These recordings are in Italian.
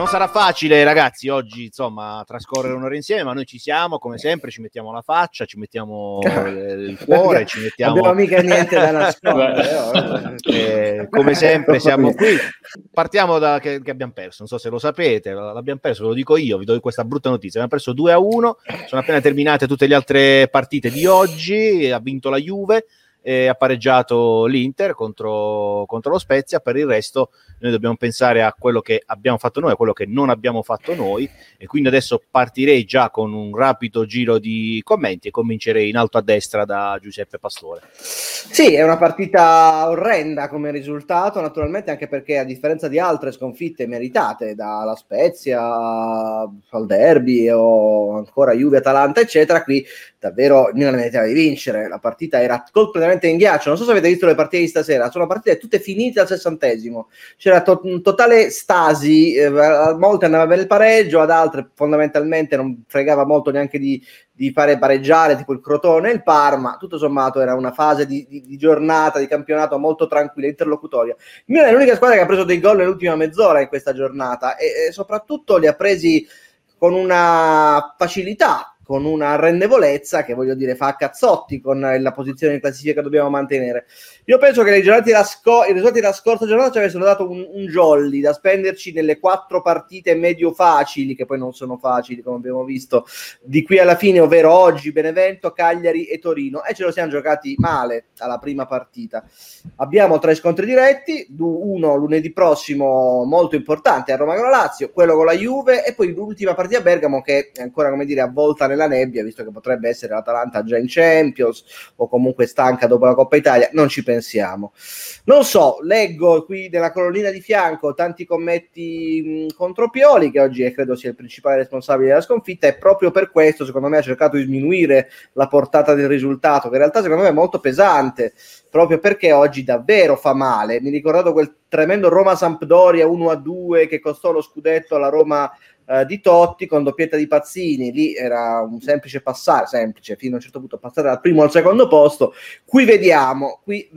sarà facile, ragazzi, oggi insomma trascorrere un'ora insieme, ma noi ci siamo, come sempre, ci mettiamo la faccia, ci mettiamo il cuore, ci mettiamo... Non abbiamo mica niente da nascondere. Come sempre siamo qui. Partiamo da che abbiamo perso, non so se lo sapete, l'abbiamo perso, ve lo dico io, vi do questa brutta notizia, abbiamo perso 2-1, sono appena terminate tutte le altre partite di oggi, ha vinto la Juve, ha pareggiato l'Inter contro lo Spezia. Per il resto noi dobbiamo pensare a quello che abbiamo fatto noi, a quello che non abbiamo fatto noi, e quindi adesso partirei già con un rapido giro di commenti e comincerei in alto a destra da Giuseppe Pastore. Sì, è una partita orrenda come risultato, naturalmente, anche perché a differenza di altre sconfitte meritate dalla Spezia al derby o ancora Juve-Atalanta eccetera, qui davvero il Milan meritava di vincere. La partita era completamente in ghiaccio, non so se avete visto le partite di stasera, sono partite tutte finite al 60°, c'era totale stasi, a molte andava bene il pareggio, ad altre fondamentalmente non fregava molto neanche di fare pareggiare, tipo il Crotone e il Parma. Tutto sommato era una fase di giornata, di campionato molto tranquilla, interlocutoria. Il Milan è l'unica squadra che ha preso dei gol nell'ultima mezz'ora in questa giornata e soprattutto li ha presi con una facilità, con una arrendevolezza che, voglio dire, fa a cazzotti con la posizione in classifica che dobbiamo mantenere. Io penso che i risultati della scorsa giornata ci avessero dato un jolly da spenderci nelle 4 partite medio facili, che poi non sono facili come abbiamo visto, di qui alla fine, ovvero oggi Benevento, Cagliari e Torino, e ce lo siamo giocati male alla prima partita. Abbiamo 3 scontri diretti, uno lunedì prossimo molto importante a Roma con la Lazio, quello con la Juve, e poi l'ultima partita a Bergamo che è ancora, come dire, avvolta nella nebbia, visto che potrebbe essere l'Atalanta già in Champions o comunque stanca dopo la Coppa Italia. Non ci pensiamo. Non so, leggo qui nella colonnina di fianco tanti commenti contro Pioli, che oggi credo sia il principale responsabile della sconfitta, e proprio per questo secondo me ha cercato di sminuire la portata del risultato, che in realtà secondo me è molto pesante, proprio perché oggi davvero fa male. Mi ricordate quel tremendo Roma-Sampdoria 1-2 che costò lo scudetto alla Roma di Totti, con doppietta di Pazzini. Lì era un semplice fino a un certo punto passare dal primo al secondo posto. Qui vediamo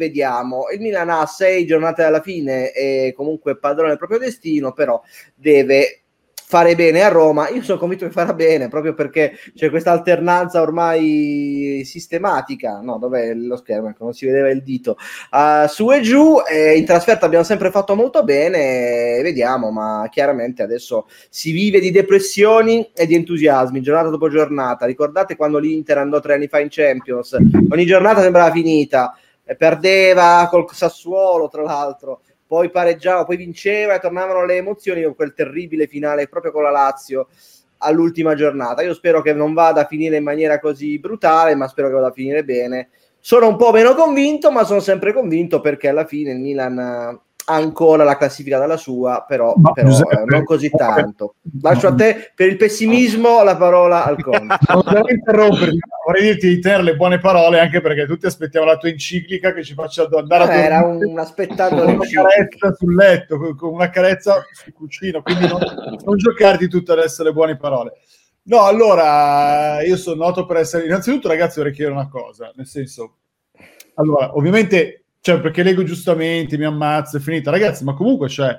il Milan ha 6 giornate alla fine e comunque padrone del proprio destino, però deve fare bene a Roma. Io sono convinto che farà bene, proprio perché c'è questa alternanza ormai sistematica. No, dov'è lo schermo? Ecco, non si vedeva il dito. Su e giù, in trasferta abbiamo sempre fatto molto bene, vediamo, ma chiaramente adesso si vive di depressioni e di entusiasmi, giornata dopo giornata. Ricordate quando l'Inter andò 3 anni fa in Champions? Ogni giornata sembrava finita, perdeva col Sassuolo, tra l'altro, poi pareggiava, poi vinceva e tornavano le emozioni, con quel terribile finale proprio con la Lazio all'ultima giornata. Io spero che non vada a finire in maniera così brutale, ma spero che vada a finire bene. Sono un po' meno convinto, ma sono sempre convinto, perché alla fine il Milan ha ancora la classifica dalla sua, però Giuseppe, non così tanto. Lascio a te per il pessimismo la parola al Conte. Non devo interromperti, vorrei dirti di tenere le buone parole, anche perché tutti aspettiamo la tua enciclica che ci faccia andare a dormire. Era un aspettato una carezza sul letto, con una carezza sul cuscino, quindi non giocarti tutte adesso le buone parole. No, allora, io sono noto per essere... Innanzitutto, ragazzi, vorrei chiedere una cosa, nel senso... Allora, ovviamente... Cioè, perché leggo giustamente, mi ammazza, è finita. Ragazzi, ma comunque, cioè,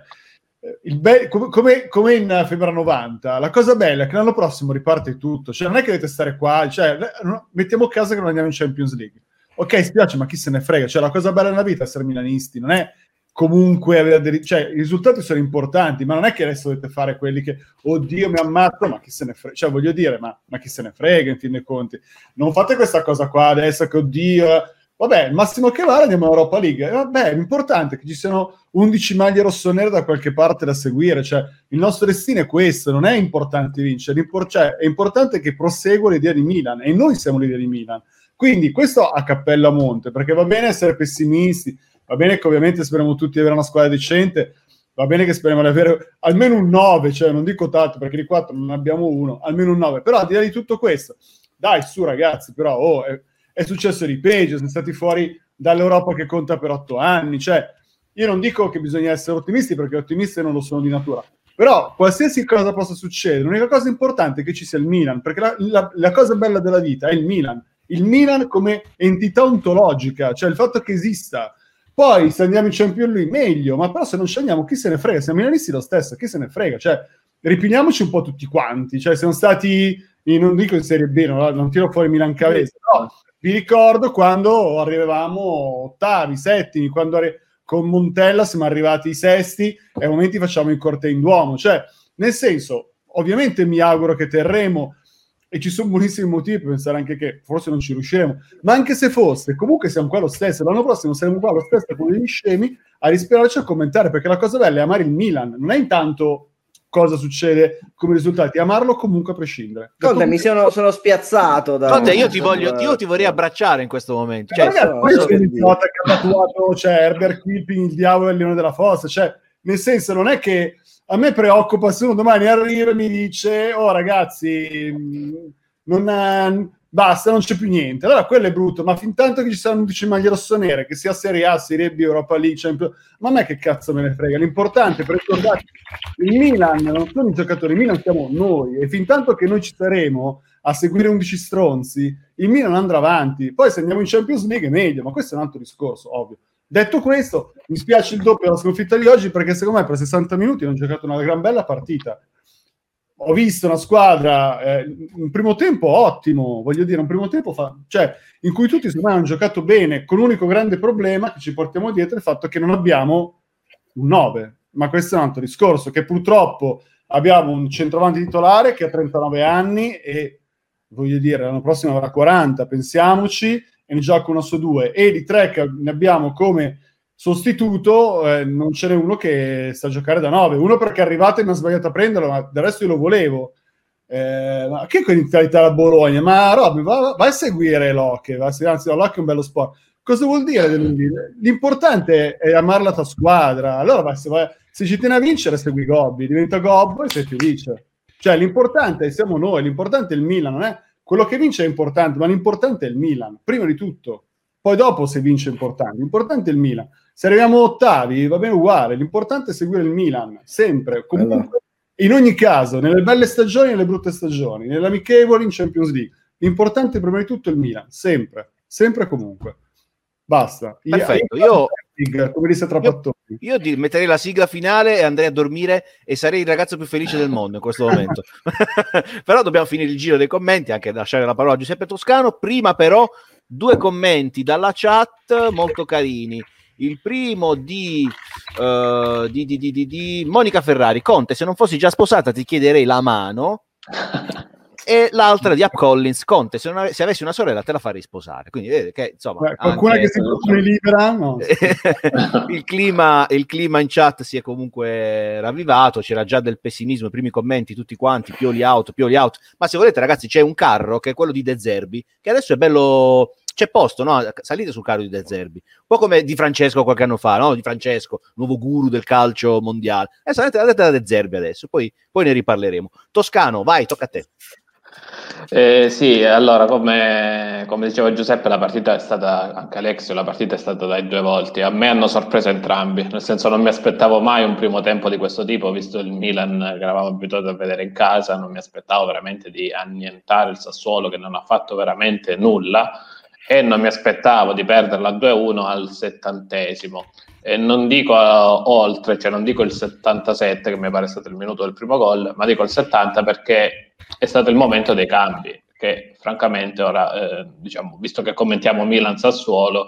come in Febbraio 90, la cosa bella è che l'anno prossimo riparte tutto. Cioè, non è che dovete stare qua, cioè, mettiamo caso che non andiamo in Champions League. Ok, spiace, ma chi se ne frega? Cioè, la cosa bella nella vita è essere milanisti, non è comunque avere cioè, i risultati sono importanti, ma non è che adesso dovete fare quelli che, oddio, mi ammazzo, ma chi se ne frega? Cioè, voglio dire, ma chi se ne frega, in fin dei conti? Non fate questa cosa qua adesso che, oddio... Vabbè, il massimo che vale andiamo in Europa League. Vabbè, l'importante è che ci siano 11 maglie rossonere da qualche parte da seguire. Cioè, il nostro destino è questo, non è importante vincere. Cioè, è importante che prosegua l'idea di Milan, e noi siamo l'idea di Milan. Quindi questo a cappella a monte, perché va bene essere pessimisti, va bene che ovviamente speriamo tutti di avere una squadra decente, va bene che speriamo di avere almeno un 9, cioè non dico tanto, perché di 4 non abbiamo uno, almeno un 9. Però al di là di tutto questo, dai, su ragazzi, però, è successo di peggio, siamo stati fuori dall'Europa che conta per 8 anni, cioè io non dico che bisogna essere ottimisti, perché ottimisti non lo sono di natura, però qualsiasi cosa possa succedere, l'unica cosa importante è che ci sia il Milan, perché la cosa bella della vita è il Milan come entità ontologica, cioè il fatto che esista. Poi se andiamo in Champions League meglio, ma però se non scendiamo chi se ne frega, siamo milanisti lo stesso, chi se ne frega, cioè ripiniamoci un po' tutti quanti, cioè siamo stati, non dico in Serie B, non tiro fuori Milan Cavese, però vi ricordo quando arrivavamo ottavi, settimi, quando con Montella siamo arrivati sesti e a momenti facciamo il corte in Duomo, cioè nel senso, ovviamente mi auguro che terremo e ci sono buonissimi motivi per pensare anche che forse non ci riusciremo, ma anche se fosse, comunque siamo qua lo stesso, l'anno prossimo saremo qua lo stesso come degli scemi a rispirarci a commentare, perché la cosa bella è amare il Milan, non è intanto cosa succede come risultati, amarlo comunque a prescindere. Conte, mi sono spiazzato da... Conte, io ti vorrei abbracciare in questo momento, cioè, ragazzi, poi sono idiota che ha tatuato, cioè, Herbert Keeping, il diavolo e il leone della fossa, cioè, nel senso, non è che a me preoccupa se uno domani arriva e mi dice oh ragazzi basta, non c'è più niente, allora quello è brutto, ma fin tanto che ci saranno 11 maglie rossonere, che sia Serie A, Serie B, Europa League, Champions, ma a me che cazzo me ne frega, l'importante per ricordare il Milan non sono i giocatori, il Milan siamo noi, e fin tanto che noi ci saremo a seguire 11 stronzi il Milan andrà avanti, poi se andiamo in Champions League è meglio, ma questo è un altro discorso, ovvio. Detto questo, mi spiace il doppio della sconfitta di oggi, perché secondo me per 60 minuti hanno giocato una gran bella partita. Ho visto una squadra, un primo tempo ottimo, voglio dire, un primo tempo cioè, in cui tutti secondo me hanno giocato bene, con l'unico grande problema che ci portiamo dietro è il fatto che non abbiamo un 9, ma questo è un altro discorso, che purtroppo abbiamo un centravanti titolare che ha 39 anni e, voglio dire, l'anno prossimo avrà 40, pensiamoci, e ne gioca uno su due, e di tre che ne abbiamo come sostituto non ce n'è uno che sta a giocare da 9, uno perché è arrivato e mi ha sbagliato a prenderlo, ma del resto io lo volevo, ma che qualità la Bologna, ma Robby vai a seguire Locke, anzi Locke è un bello sport, cosa vuol dire? L'importante è amare la tua squadra, allora se ci tieni a vincere segui Gobbi, diventa Gobbo e sei felice, cioè l'importante siamo noi, l'importante è il Milan, non è quello che vince è importante, ma l'importante è il Milan, prima di tutto. Poi dopo se vince è importante. L'importante è il Milan. Se arriviamo ottavi va bene uguale. L'importante è seguire il Milan, sempre, comunque, in ogni caso, nelle belle stagioni e nelle brutte stagioni, nelle amichevoli in Champions League. L'importante prima di tutto è il Milan, sempre, sempre e comunque. Basta. Perfetto, come disse Trapattoni. Io metterei la sigla finale e andrei a dormire e sarei il ragazzo più felice del mondo in questo momento. Però dobbiamo finire il giro dei commenti, anche lasciare la parola a Giuseppe Toscano. Prima però 2 commenti dalla chat molto carini. Il primo di Monica Ferrari. Conte, se non fossi già sposata ti chiederei la mano. E l'altra di Up Collins. Conte, se avessi una sorella te la farei sposare. Quindi vedete che insomma qualcuna che si propone libera, no? il clima in chat si è comunque ravvivato, c'era già del pessimismo, i primi commenti tutti quanti, Pioli out, ma se volete ragazzi c'è un carro che è quello di De Zerbi, che adesso è bello, c'è posto, no? Salite sul carro di De Zerbi, un po' come Di Francesco qualche anno fa, no? Di Francesco, nuovo guru del calcio mondiale, andate da De Zerbi adesso, poi ne riparleremo. Toscano, vai, tocca a te. Sì, allora come diceva Giuseppe, la partita è stata, anche Alexio, la partita è stata dai 2 volti. A me hanno sorpreso entrambi, nel senso non mi aspettavo mai un primo tempo di questo tipo, visto il Milan che eravamo abituati a vedere in casa, non mi aspettavo veramente di annientare il Sassuolo che non ha fatto veramente nulla, e non mi aspettavo di perderla 2-1 al 70°. E non dico oltre, cioè non dico il 77 che mi pare stato il minuto del primo gol, ma dico il 70 perché è stato il momento dei cambi, che francamente ora, diciamo, visto che commentiamo Milan-Sassuolo,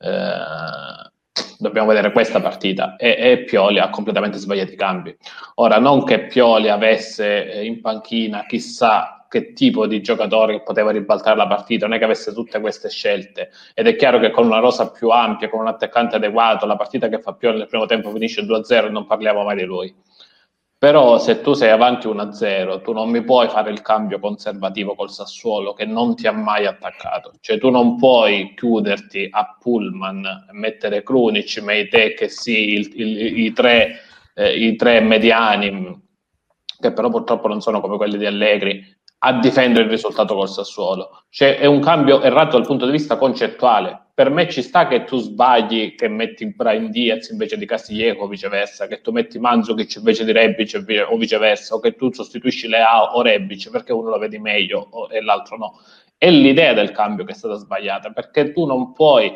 dobbiamo vedere questa partita, e Pioli ha completamente sbagliato i cambi. Ora, non che Pioli avesse in panchina chissà che tipo di giocatore che poteva ribaltare la partita, non è che avesse tutte queste scelte, ed è chiaro che con una rosa più ampia, con un attaccante adeguato, la partita che fa Pioli nel primo tempo finisce 2-0 e non parliamo mai di lui. Però se tu sei avanti 1-0, tu non mi puoi fare il cambio conservativo col Sassuolo che non ti ha mai attaccato, cioè tu non puoi chiuderti a Pullman, mettere Krunic, Meite, che sì, i tre mediani, che però purtroppo non sono come quelli di Allegri, a difendere il risultato col Sassuolo. Cioè è un cambio errato dal punto di vista concettuale. Per me ci sta che tu sbagli, che metti Brahim Diaz invece di Castillejo o viceversa, che tu metti Mandzukic invece di Rebic o viceversa, o che tu sostituisci Leao o Rebic perché uno lo vedi meglio e l'altro no. È l'idea del cambio che è stata sbagliata, perché tu non puoi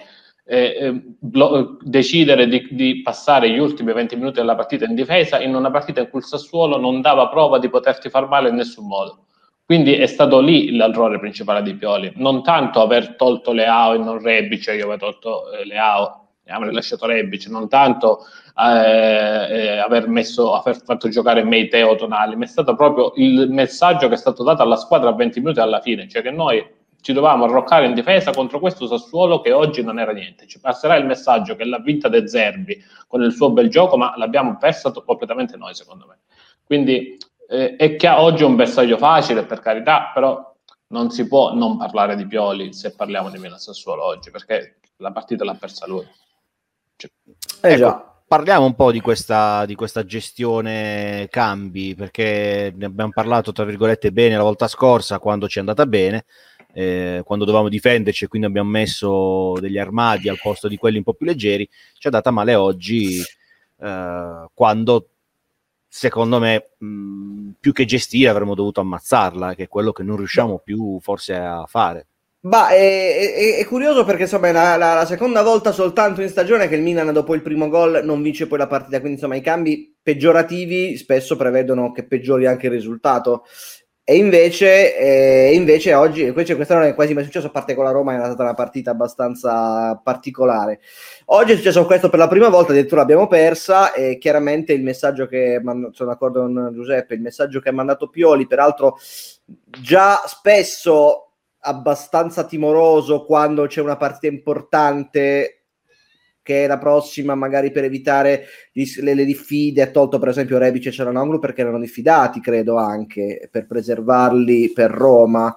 decidere di passare gli ultimi 20 minuti della partita in difesa in una partita in cui il Sassuolo non dava prova di poterti far male in nessun modo. Quindi è stato lì l'errore principale di Pioli, non tanto aver tolto Leao e non Rebic, io avevo tolto Leao e avrei lasciato Rebic, non tanto aver fatto giocare Meiteo Tonali, ma è stato proprio il messaggio che è stato dato alla squadra a 20 minuti alla fine, cioè che noi ci dovevamo arroccare in difesa contro questo Sassuolo che oggi non era niente. Ci passerà il messaggio che l'ha vinta De Zerbi con il suo bel gioco, ma l'abbiamo persa completamente noi, secondo me. Quindi è che oggi è un bersaglio facile, per carità, però non si può non parlare di Pioli se parliamo di Milan Sassuolo oggi, perché la partita l'ha persa lui. Ecco, parliamo un po' di questa gestione cambi, perché ne abbiamo parlato tra virgolette bene la volta scorsa, quando ci è andata bene, quando dovevamo difenderci e quindi abbiamo messo degli armadi al posto di quelli un po' più leggeri. Ci è andata male oggi, quando secondo me più che gestire avremmo dovuto ammazzarla, che è quello che non riusciamo più forse a fare. Ma è curioso perché insomma è la seconda volta soltanto in stagione che il Milan dopo il primo gol non vince poi la partita, quindi insomma i cambi peggiorativi spesso prevedono che peggiori anche il risultato. E invece oggi, quest'anno non è quasi mai successo, a parte con la Roma, è stata una partita abbastanza particolare. Oggi è successo questo per la prima volta, addirittura l'abbiamo persa, e chiaramente il messaggio sono d'accordo con Giuseppe, il messaggio che ha mandato Pioli, peraltro già spesso abbastanza timoroso quando c'è una partita importante, che è la prossima, magari per evitare le diffide, ha tolto per esempio Rebic e Çalhanoğlu perché erano diffidati, credo, anche per preservarli per Roma.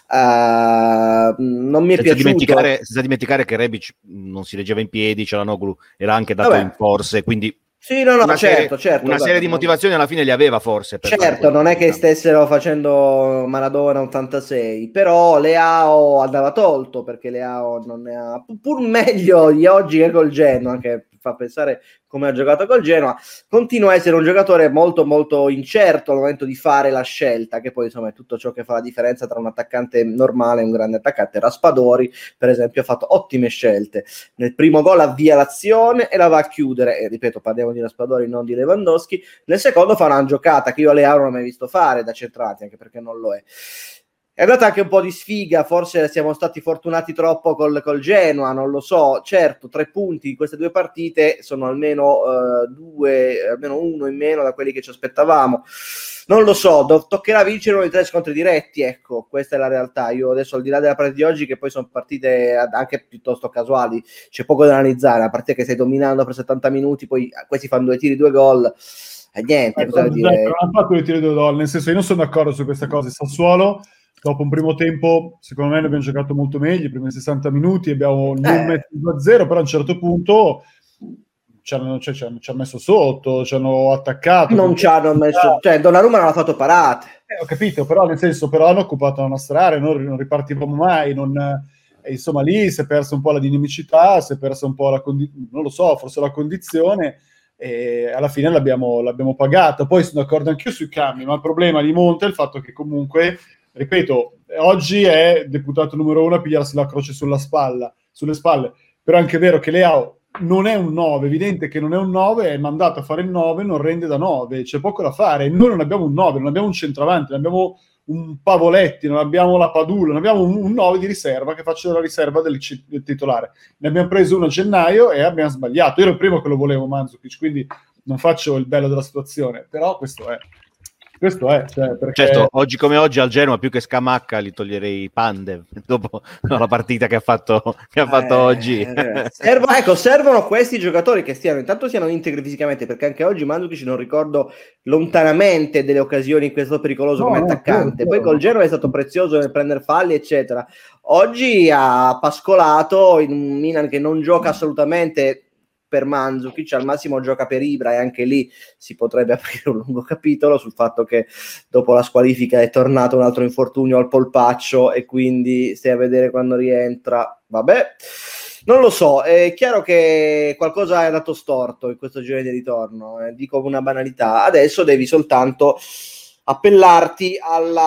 Non mi è piaciuto. Senza dimenticare che Rebic non si reggeva in piedi, Çalhanoğlu era anche dato in forze, quindi sì, no, certo. Una serie di motivazioni alla fine li aveva forse. Certo, non è che stessero facendo Maradona 86, però Leao andava tolto, perché Leao non ne ha, pur meglio di oggi che col Genoa, che fa pensare come ha giocato col Genoa, continua a essere un giocatore molto molto incerto al momento di fare la scelta, che poi insomma è tutto ciò che fa la differenza tra un attaccante normale e un grande attaccante. Raspadori per esempio ha fatto ottime scelte, nel primo gol avvia l'azione e la va a chiudere, e ripeto, parliamo di Raspadori, non di Lewandowski. Nel secondo fa una giocata che io a Leao non ho mai visto fare da centrati, anche perché non lo è. È andata anche un po' di sfiga, forse siamo stati fortunati troppo col Genoa, non lo so. Certo, 3 punti in queste 2 partite sono almeno uno in meno da quelli che ci aspettavamo. Non lo so, toccherà vincere uno dei 3 scontri diretti, ecco, questa è la realtà. Io adesso, al di là della partita di oggi, che poi sono partite anche piuttosto casuali, c'è poco da analizzare, la partita che stai dominando per 70 minuti, poi questi fanno 2 tiri, 2 gol, niente, cosa dire? Non hanno fatto 2 tiri, 2 gol, nel senso, io non sono d'accordo su questa cosa. Il Sassuolo, dopo un primo tempo, secondo me, abbiamo giocato molto meglio, i primi 60 minuti abbiamo non messo 2-0, però a un certo punto ci hanno messo sotto, ci hanno attaccato. Non ci hanno messo, cioè Donnarumma non ha fatto parate. Ho capito, però nel senso, però hanno occupato la nostra area, non ripartivamo mai, insomma lì si è persa un po' la dinamicità, si è persa un po' non lo so, forse la condizione, e alla fine l'abbiamo pagata. Poi sono d'accordo anch'io sui cambi, ma il problema di Monte è il fatto che comunque, ripeto, oggi è deputato numero 1 a pigliarsi la croce sulle spalle, però è anche vero che Leao non è un 9, evidente che non è un 9, è mandato a fare il 9, non rende da 9, c'è poco da fare. Noi non abbiamo un 9, non abbiamo un centravanti, non abbiamo un Pavoletti, non abbiamo la Padula, non abbiamo un 9 di riserva che faccia la riserva del titolare. Ne abbiamo preso uno a gennaio e abbiamo sbagliato. Io ero il primo che lo volevo, Mandzukic, quindi non faccio il bello della situazione, però questo è, cioè, perché... Certo, oggi come oggi al Genoa più che Scamacca li toglierei Pandev dopo la partita che ha fatto oggi. Servono questi giocatori che siano integri fisicamente, perché anche oggi Mandzukic non ricordo lontanamente delle occasioni in cui è stato pericoloso come attaccante. Poi col Genoa è stato prezioso nel prendere falli, eccetera. Oggi ha pascolato in un Milan che non gioca assolutamente per Mandzukic, al massimo gioca per Ibra, e anche lì si potrebbe aprire un lungo capitolo sul fatto che dopo la squalifica è tornato un altro infortunio al polpaccio e quindi stai a vedere quando rientra. Vabbè, non lo so, è chiaro che qualcosa è andato storto in questo girone di ritorno, dico una banalità. Adesso devi soltanto appellarti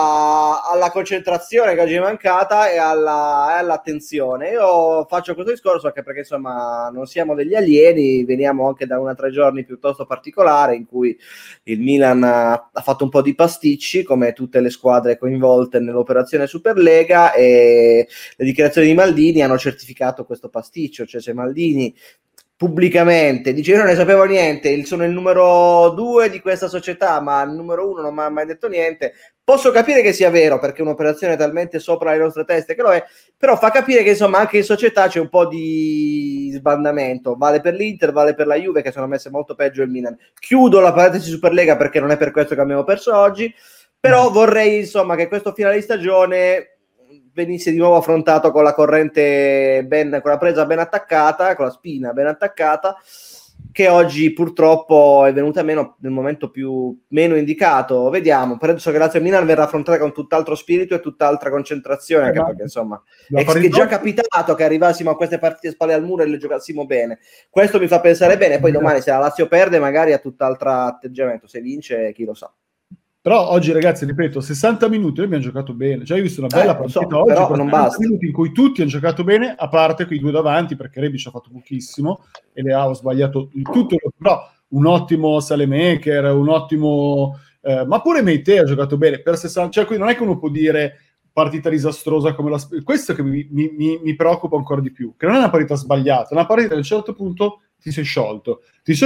alla concentrazione che oggi è mancata e all'attenzione. Io faccio questo discorso anche perché insomma non siamo degli alieni, veniamo anche da 3 giorni piuttosto particolare in cui il Milan ha fatto un po' di pasticci come tutte le squadre coinvolte nell'operazione Superlega, e le dichiarazioni di Maldini hanno certificato questo pasticcio. Cioè, se Maldini pubblicamente dice io non ne sapevo niente, sono il numero 2 di questa società, ma il numero 1 non mi ha mai detto niente, posso capire che sia vero perché è un'operazione talmente sopra le nostre teste che lo è, però fa capire che insomma anche in società c'è un po' di sbandamento. Vale per l'Inter, vale per la Juve, che sono messe molto peggio il Milan. Chiudo la parentesi Superlega perché non è per questo che abbiamo perso oggi, però vorrei insomma che questo finale di stagione venisse di nuovo affrontato con la corrente con la presa ben attaccata, con la spina ben attaccata, che oggi purtroppo è venuta meno nel momento meno indicato. Vediamo, penso che Lazio Milan verrà affrontata con tutt'altro spirito e tutt'altra concentrazione, anche perché insomma è già capitato che arrivassimo a queste partite spalle al muro e le giocassimo bene. Questo mi fa pensare bene, poi domani se la Lazio perde magari ha tutt'altro atteggiamento, se vince chi lo sa. Però oggi, ragazzi, ripeto, 60 minuti noi abbiamo giocato bene. Cioè, hai visto una bella partita oggi, però per non 60 basta. minuti in cui tutti hanno giocato bene, a parte quei 2 davanti, perché Rebic ha fatto pochissimo e Leao ha sbagliato tutto. Però un ottimo Salemaker, un ottimo... ma pure Meite ha giocato bene. Per 60, cioè, qui non è che uno può dire partita disastrosa come la... Questo che mi preoccupa ancora di più, che non è una partita sbagliata, è una partita che a un certo punto ti sei sciolto,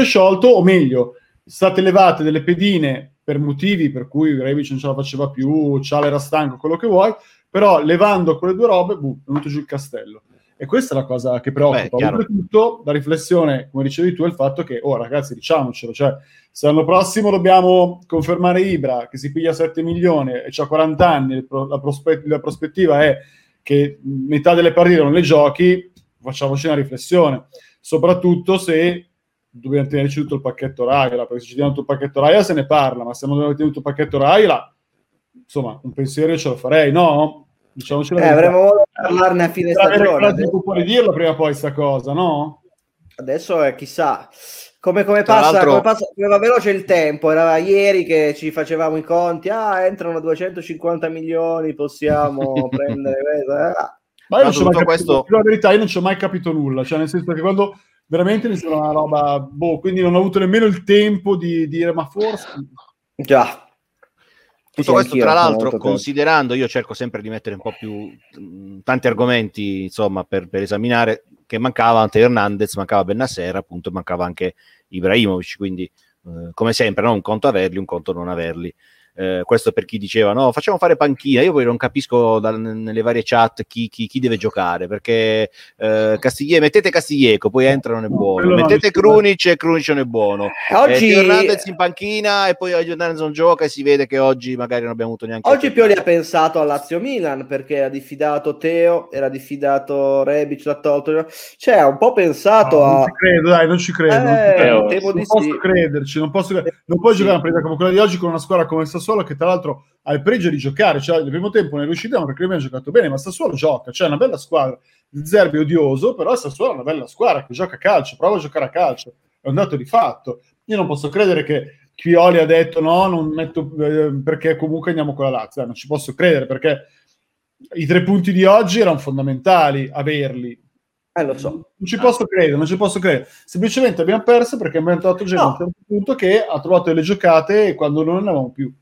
o meglio, state levate delle pedine per motivi per cui Rebic non ce la faceva più, Ciale era stanco, quello che vuoi, però levando quelle 2 robe, è venuto giù il castello. E questa è la cosa che preoccupa. Oltretutto, la riflessione, come dicevi tu, è il fatto che, ragazzi, diciamocelo, cioè, se l'anno prossimo dobbiamo confermare Ibra, che si piglia 7 milioni e c'ha 40 anni, la prospettiva è che metà delle partite non le giochi, facciamoci una riflessione. Soprattutto se dobbiamo tenerci tutto il pacchetto Raiola, perché se ci diamo tutto il pacchetto Raiola se ne parla, ma se non dobbiamo tenere tutto il pacchetto Raiola, insomma, un pensiero io ce lo farei, no? Diciamoci la verità. Avremmo voluto parlarne a fine stagione. Puoi dirlo prima o poi sta cosa, no? Adesso chissà come passa, come va veloce il tempo. Era ieri che ci facevamo i conti, entrano 250 milioni, possiamo prendere ma io non ci ho mai capito, la verità, io non ci ho mai capito nulla, cioè nel senso che quando veramente mi sembra una roba, quindi non ho avuto nemmeno il tempo di dire, ma forse... Già. Tutto questo, tra l'altro, considerando, io cerco sempre di mettere un po' più tanti argomenti, insomma, per esaminare, che mancava Teo Hernandez, mancava Bennacer, appunto, mancava anche Ibrahimovic, quindi come sempre, no? Un conto averli, un conto non averli. Questo per chi diceva no, facciamo fare panchina. Io poi non capisco nelle varie chat chi deve giocare, perché mettete Castiglieco, poi entra, non è buono, mettete Krunic e Krunic non è buono, oggi Hernandez in panchina e poi Hernandez non gioca e si vede che oggi magari non abbiamo avuto neanche oggi Pioli ha pensato a Lazio Milan perché era diffidato Teo, era diffidato Rebic, l'ha tolto, cioè ha un po' pensato non ci credo, dai, non ci credo, non posso crederci, non puoi giocare una partita come quella di oggi con una squadra come Sassuolo, che tra l'altro ha il pregio di giocare, cioè nel primo tempo non è riuscito perché abbiamo giocato bene, ma Sassuolo gioca, cioè è una bella squadra. Il Zerbi è odioso, però Sassuolo è una bella squadra che gioca a calcio, prova a giocare a calcio, è un dato di fatto. Io non posso credere che Pioli ha detto no, non metto perché comunque andiamo con la Lazio, non ci posso credere perché i 3 punti di oggi erano fondamentali averli. Lo so. Non ci posso credere. Semplicemente abbiamo perso perché abbiamo trovato gente a un certo punto che ha trovato delle giocate quando non ne avevamo più.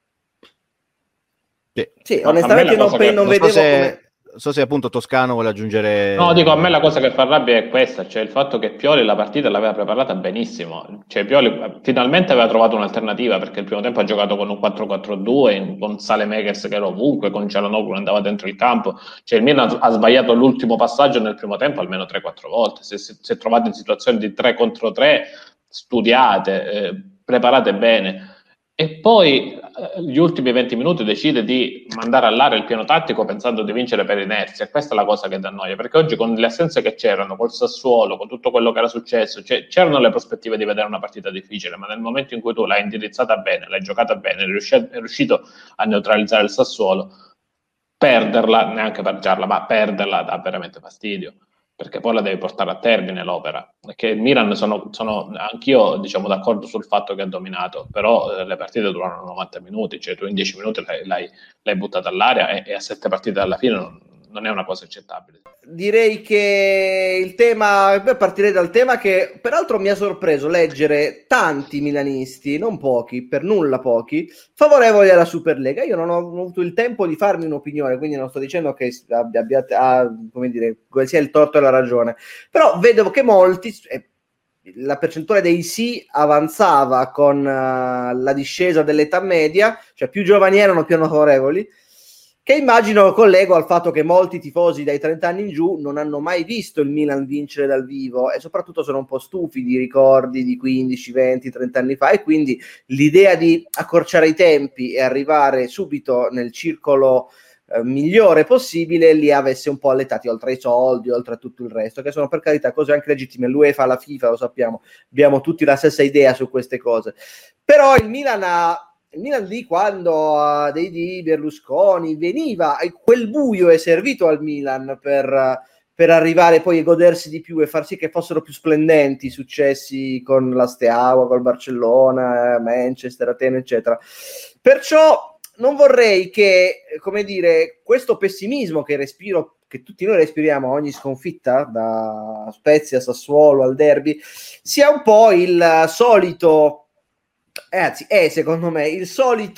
Sì, onestamente non vedevo come... Non so se appunto Toscano vuole aggiungere... No, dico, a me la cosa che fa rabbia è questa, cioè il fatto che Pioli la partita l'aveva preparata benissimo, cioè Pioli finalmente aveva trovato un'alternativa, perché il primo tempo ha giocato con un 4-4-2, con Saelemaekers che era ovunque, con Çalhanoğlu che andava dentro il campo, cioè il Milan ha sbagliato l'ultimo passaggio nel primo tempo almeno 3-4 volte, si è trovato in situazioni di 3 contro 3 studiate, preparate bene. E poi gli ultimi 20 minuti decide di mandare all'aria il piano tattico pensando di vincere per inerzia, e questa è la cosa che dà noia, perché oggi con le assenze che c'erano, col Sassuolo, con tutto quello che era successo, c'erano le prospettive di vedere una partita difficile, ma nel momento in cui tu l'hai indirizzata bene, l'hai giocata bene, è riuscito a neutralizzare il Sassuolo, perderla, neanche pareggiarla, ma perderla dà veramente fastidio. perché poi la devi portare a termine l'opera. Perché il Milan sono anch'io, diciamo, d'accordo sul fatto che ha dominato, però le partite durano 90 minuti, cioè tu in 10 minuti l'hai buttata all'aria e a 7 partite alla fine non è una cosa accettabile. Direi che il tema, partirei dal tema che peraltro mi ha sorpreso leggere tanti milanisti, non pochi, per nulla pochi, favorevoli alla Superlega. Io non ho avuto il tempo di farmi un'opinione, quindi non sto dicendo che come dire, sia il torto e la ragione, però vedo che molti, la percentuale dei sì avanzava con la discesa dell'età media, cioè più giovani erano più favorevoli, che immagino collego al fatto che molti tifosi dai 30 anni in giù non hanno mai visto il Milan vincere dal vivo e soprattutto sono un po' stufi di ricordi di 15, 20, 30 anni fa, e quindi l'idea di accorciare i tempi e arrivare subito nel circolo migliore possibile li avesse un po' allettati, oltre ai soldi, oltre a tutto il resto, che sono per carità cose anche legittime. L'UEFA, la FIFA, lo sappiamo, abbiamo tutti la stessa idea su queste cose, però il Milan di quando di Berlusconi veniva, quel buio è servito al Milan per arrivare poi a godersi di più e far sì che fossero più splendenti i successi con la Steaua, col Barcellona, Manchester, Atene, eccetera. Perciò non vorrei che, come dire, questo pessimismo che respiro, che tutti noi respiriamo a ogni sconfitta, da Spezia, Sassuolo al derby, sia un po' il solito, anzi è secondo me la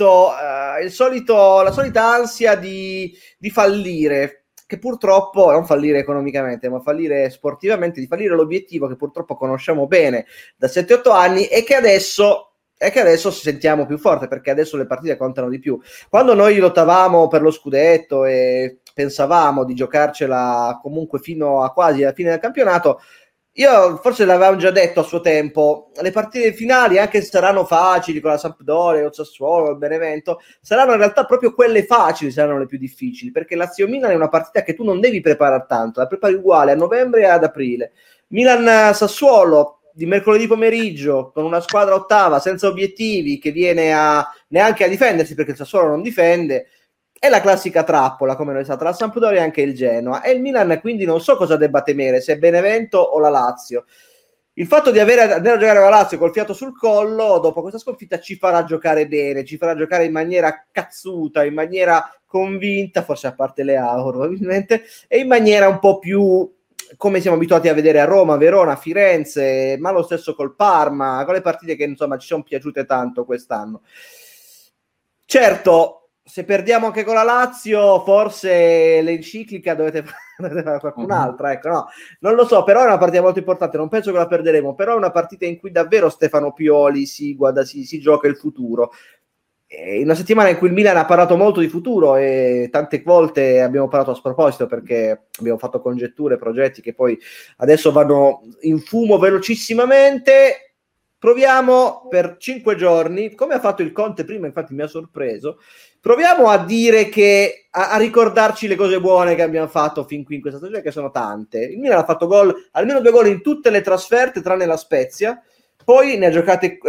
solita ansia di fallire, che purtroppo, non fallire economicamente, ma fallire sportivamente, di fallire l'obiettivo che purtroppo conosciamo bene da 7-8 anni e che adesso sentiamo più forte, perché adesso le partite contano di più. Quando noi lottavamo per lo scudetto e pensavamo di giocarcela comunque fino a quasi alla fine del campionato, io forse l'avevamo già detto a suo tempo, le partite finali, anche se saranno facili con la Sampdoria, il Sassuolo, il Benevento, saranno in realtà proprio quelle facili, saranno le più difficili, perché Lazio-Milan è una partita che tu non devi preparare tanto, la prepari uguale a novembre e ad aprile. Milan-Sassuolo di mercoledì pomeriggio, con una squadra ottava senza obiettivi, che viene neanche a difendersi, perché il Sassuolo non difende. È la classica trappola, come non è stata la Sampdoria e anche il Genoa, e il Milan quindi non so cosa debba temere, se Benevento o la Lazio. Il fatto di andare a giocare la Lazio col fiato sul collo dopo questa sconfitta ci farà giocare bene, ci farà giocare in maniera cazzuta, in maniera convinta, forse a parte Leao probabilmente, e in maniera un po' più come siamo abituati a vedere a Roma, Verona, Firenze, ma lo stesso col Parma, con le partite che insomma ci sono piaciute tanto quest'anno. Certo, se perdiamo anche con la Lazio, forse l'enciclica dovete fare qualcun'altra, ecco, no, non lo so, però è una partita molto importante, non penso che la perderemo, però è una partita in cui davvero Stefano Pioli si gioca il futuro. In una settimana in cui il Milan ha parlato molto di futuro e tante volte abbiamo parlato a sproposito, perché abbiamo fatto congetture, progetti che poi adesso vanno in fumo velocissimamente. Proviamo per 5 giorni, come ha fatto il Conte prima, infatti mi ha sorpreso, proviamo a dire che a ricordarci le cose buone che abbiamo fatto fin qui in questa stagione, che sono tante. Il Milan ha fatto gol, almeno 2 gol in tutte le trasferte tranne la Spezia, poi ne ha giocate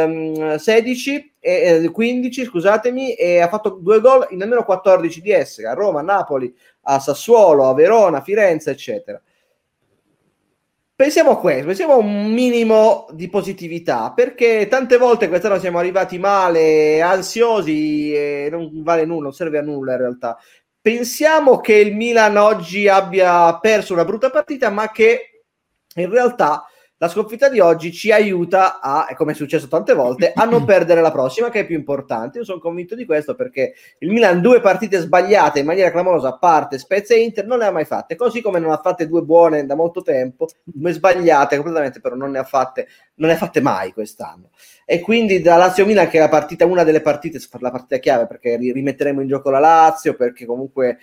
15, scusatemi, e ha fatto 2 gol in almeno 14 di esse, a Roma, a Napoli, a Sassuolo, a Verona, a Firenze, eccetera. Pensiamo a questo, pensiamo a un minimo di positività, perché tante volte quest'anno siamo arrivati male, ansiosi, e non vale nulla, non serve a nulla in realtà. Pensiamo che il Milan oggi abbia perso una brutta partita, ma che in realtà la sconfitta di oggi ci aiuta come è successo tante volte, a non perdere la prossima, che è più importante. Io sono convinto di questo, perché il Milan 2 partite sbagliate in maniera clamorosa, a parte Spezia e Inter, non le ha mai fatte, così come non ha fatte 2 buone da molto tempo, 2 sbagliate completamente, però non ne ha fatte mai quest'anno. E quindi da Lazio-Milan, che è una delle partite, la partita chiave, perché rimetteremo in gioco la Lazio, perché comunque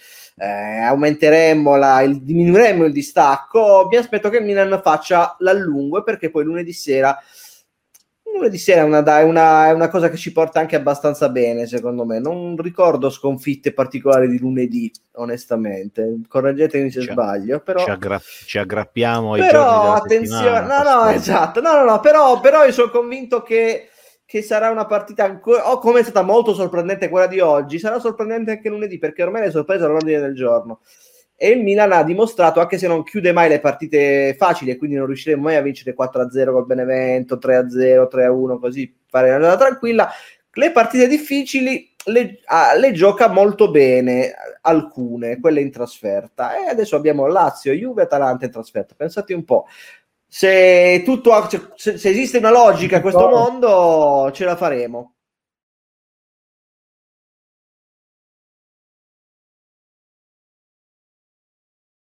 diminuiremo il distacco, mi aspetto che il Milan faccia l'allungo, perché poi lunedì sera è una cosa che ci porta anche abbastanza bene, secondo me. Non ricordo sconfitte particolari di lunedì, onestamente, correggetemi se sbaglio, però ci aggrappiamo ai giorni della attenzione, esatto, però io sono convinto che sarà una partita ancora, come è stata molto sorprendente quella di oggi, sarà sorprendente anche lunedì, perché ormai le sorprese sono all'ordine del giorno. e il Milan ha dimostrato, anche se non chiude mai le partite facili e quindi non riusciremo mai a vincere 4-0 col Benevento, 3-0, 3-1, così fare una tranquilla, le partite difficili le gioca molto bene, alcune, quelle in trasferta, e adesso abbiamo Lazio, Juve, Atalanta in trasferta. Pensate un po', se esiste una logica in questo mondo ce la faremo.